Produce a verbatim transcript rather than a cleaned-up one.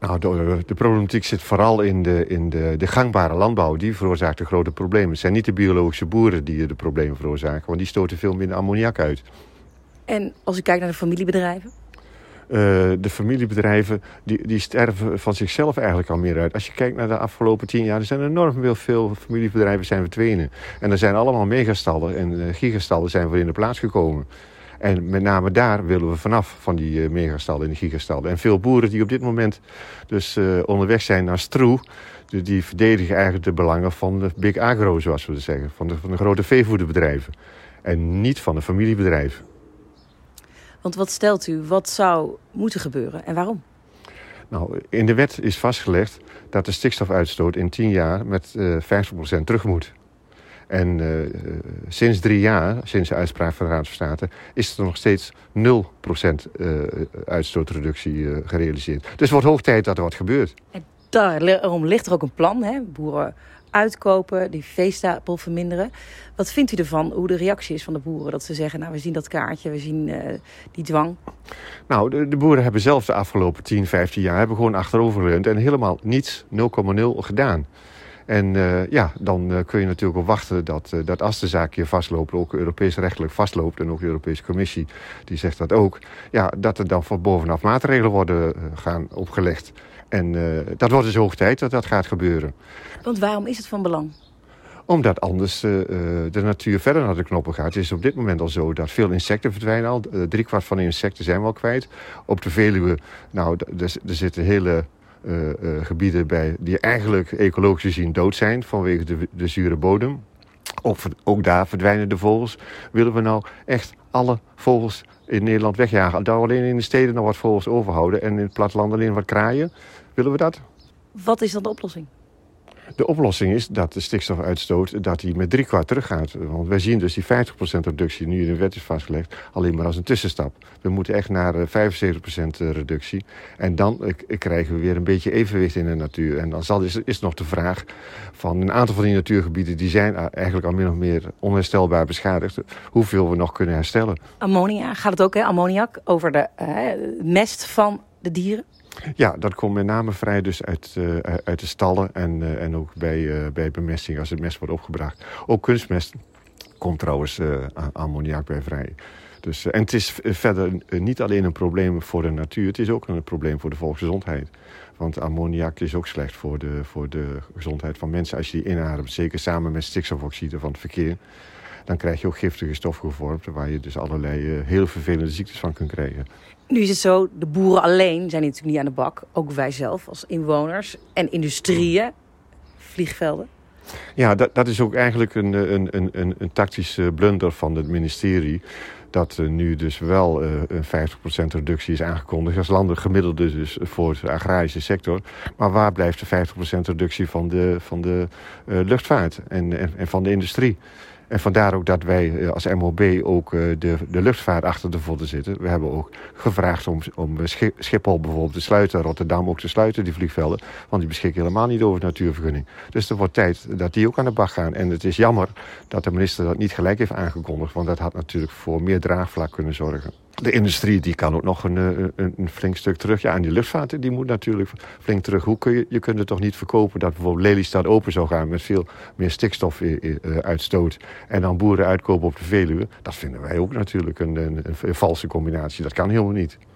Nou, de, de problematiek zit vooral in, de, in de, de gangbare landbouw. Die veroorzaakt de grote problemen. Het zijn niet de biologische boeren die de problemen veroorzaken, want die stoten veel minder ammoniak uit. En als u kijkt naar de familiebedrijven? Uh, de familiebedrijven die, die sterven van zichzelf eigenlijk al meer uit. Als je kijkt naar de afgelopen tien jaar, er zijn enorm veel, veel familiebedrijven zijn verdwenen. En er zijn allemaal megastallen en uh, gigastallen zijn voor in de plaats gekomen. En met name daar willen we vanaf, van die uh, megastallen en die gigastallen. En veel boeren die op dit moment dus uh, onderweg zijn naar Stroe, die, die verdedigen eigenlijk de belangen van de big agro, zoals we dat zeggen. Van de, van de grote veevoederbedrijven. En niet van de familiebedrijven. Want wat stelt u, wat zou moeten gebeuren en waarom? Nou, in de wet is vastgelegd dat de stikstofuitstoot in tien jaar met uh, vijftig procent terug moet. En uh, sinds drie jaar, sinds de uitspraak van de Raad van State, is er nog steeds nul procent uh, uitstootreductie uh, gerealiseerd. Dus het wordt hoog tijd dat er wat gebeurt. En daarom ligt er ook een plan, hè? Boeren uitkopen, die veestapel verminderen. Wat vindt u ervan, hoe de reactie is van de boeren? Dat ze zeggen, nou, we zien dat kaartje, we zien uh, die dwang. Nou, de, de boeren hebben zelf de afgelopen tien, vijftien jaar hebben gewoon achterovergeleund en helemaal niets, nul komma nul gedaan. En uh, ja, dan uh, kun je natuurlijk op wachten dat, uh, dat als de zaak hier vastloopt, ook Europees rechtelijk vastloopt en ook de Europese Commissie, die zegt dat ook, ja, dat er dan van bovenaf maatregelen worden uh, gaan opgelegd. En uh, dat wordt dus hoog tijd dat dat gaat gebeuren. Want waarom is het van belang? Omdat anders uh, de natuur verder naar de knoppen gaat. Het is op dit moment al zo dat veel insecten verdwijnen al. Uh, driekwart van de insecten zijn we al kwijt. Op de Veluwe, nou, er zitten hele uh, uh, gebieden bij die eigenlijk ecologisch gezien dood zijn vanwege de, de zure bodem. Ook, ook daar verdwijnen de vogels. Willen we nou echt alle vogels in Nederland wegjagen? Dat we alleen in de steden nog wat vogels overhouden en in het platteland alleen wat kraaien? Willen we dat? Wat is dan de oplossing? De oplossing is dat de stikstofuitstoot dat die met drie kwart teruggaat. Want wij zien dus die vijftig procent reductie, nu in de wet is vastgelegd, alleen maar als een tussenstap. We moeten echt naar vijfenzeventig procent reductie. En dan uh, krijgen we weer een beetje evenwicht in de natuur. En dan zal, is, is nog de vraag van een aantal van die natuurgebieden, die zijn eigenlijk al min of meer onherstelbaar beschadigd. Hoeveel we nog kunnen herstellen. Ammonia, gaat het ook, hè? Ammoniak, over de uh, mest van de dieren? Ja, dat komt met name vrij dus uit, uh, uit de stallen en, uh, en ook bij, uh, bij bemesting als het mest wordt opgebracht. Ook kunstmest komt trouwens uh, ammoniak bij vrij. Dus, uh, en het is verder uh, niet alleen een probleem voor de natuur, het is ook een probleem voor de volksgezondheid. Want ammoniak is ook slecht voor de, voor de gezondheid van mensen als je die inademt. Zeker samen met stikstofoxide van het verkeer. Dan krijg je ook giftige stoffen gevormd waar je dus allerlei uh, heel vervelende ziektes van kunt krijgen. Nu is het zo, de boeren alleen zijn natuurlijk niet aan de bak. Ook wij zelf als inwoners en industrieën, vliegvelden. Ja, dat, dat is ook eigenlijk een, een, een, een, een tactische blunder van het ministerie. Dat uh, nu dus wel uh, een vijftig procent reductie is aangekondigd. Als landelijk gemiddelde dus voor de agrarische sector. Maar waar blijft de vijftig procent reductie van de, van de uh, luchtvaart en, en, en van de industrie? En vandaar ook dat wij als M O B ook de, de luchtvaart achter de voeten zitten. We hebben ook gevraagd om, om Schiphol bijvoorbeeld te sluiten, Rotterdam ook te sluiten, die vliegvelden. Want die beschikken helemaal niet over natuurvergunning. Dus er wordt tijd dat die ook aan de bak gaan. En het is jammer dat de minister dat niet gelijk heeft aangekondigd. Want dat had natuurlijk voor meer draagvlak kunnen zorgen. De industrie die kan ook nog een, een, een flink stuk terug. Ja, en die luchtvaart die moet natuurlijk flink terug. Hoe kun je, je kunt het toch niet verkopen dat bijvoorbeeld Lelystad open zou gaan met veel meer stikstofuitstoot. En dan boeren uitkopen op de Veluwe. Dat vinden wij ook natuurlijk een, een, een valse combinatie. Dat kan helemaal niet.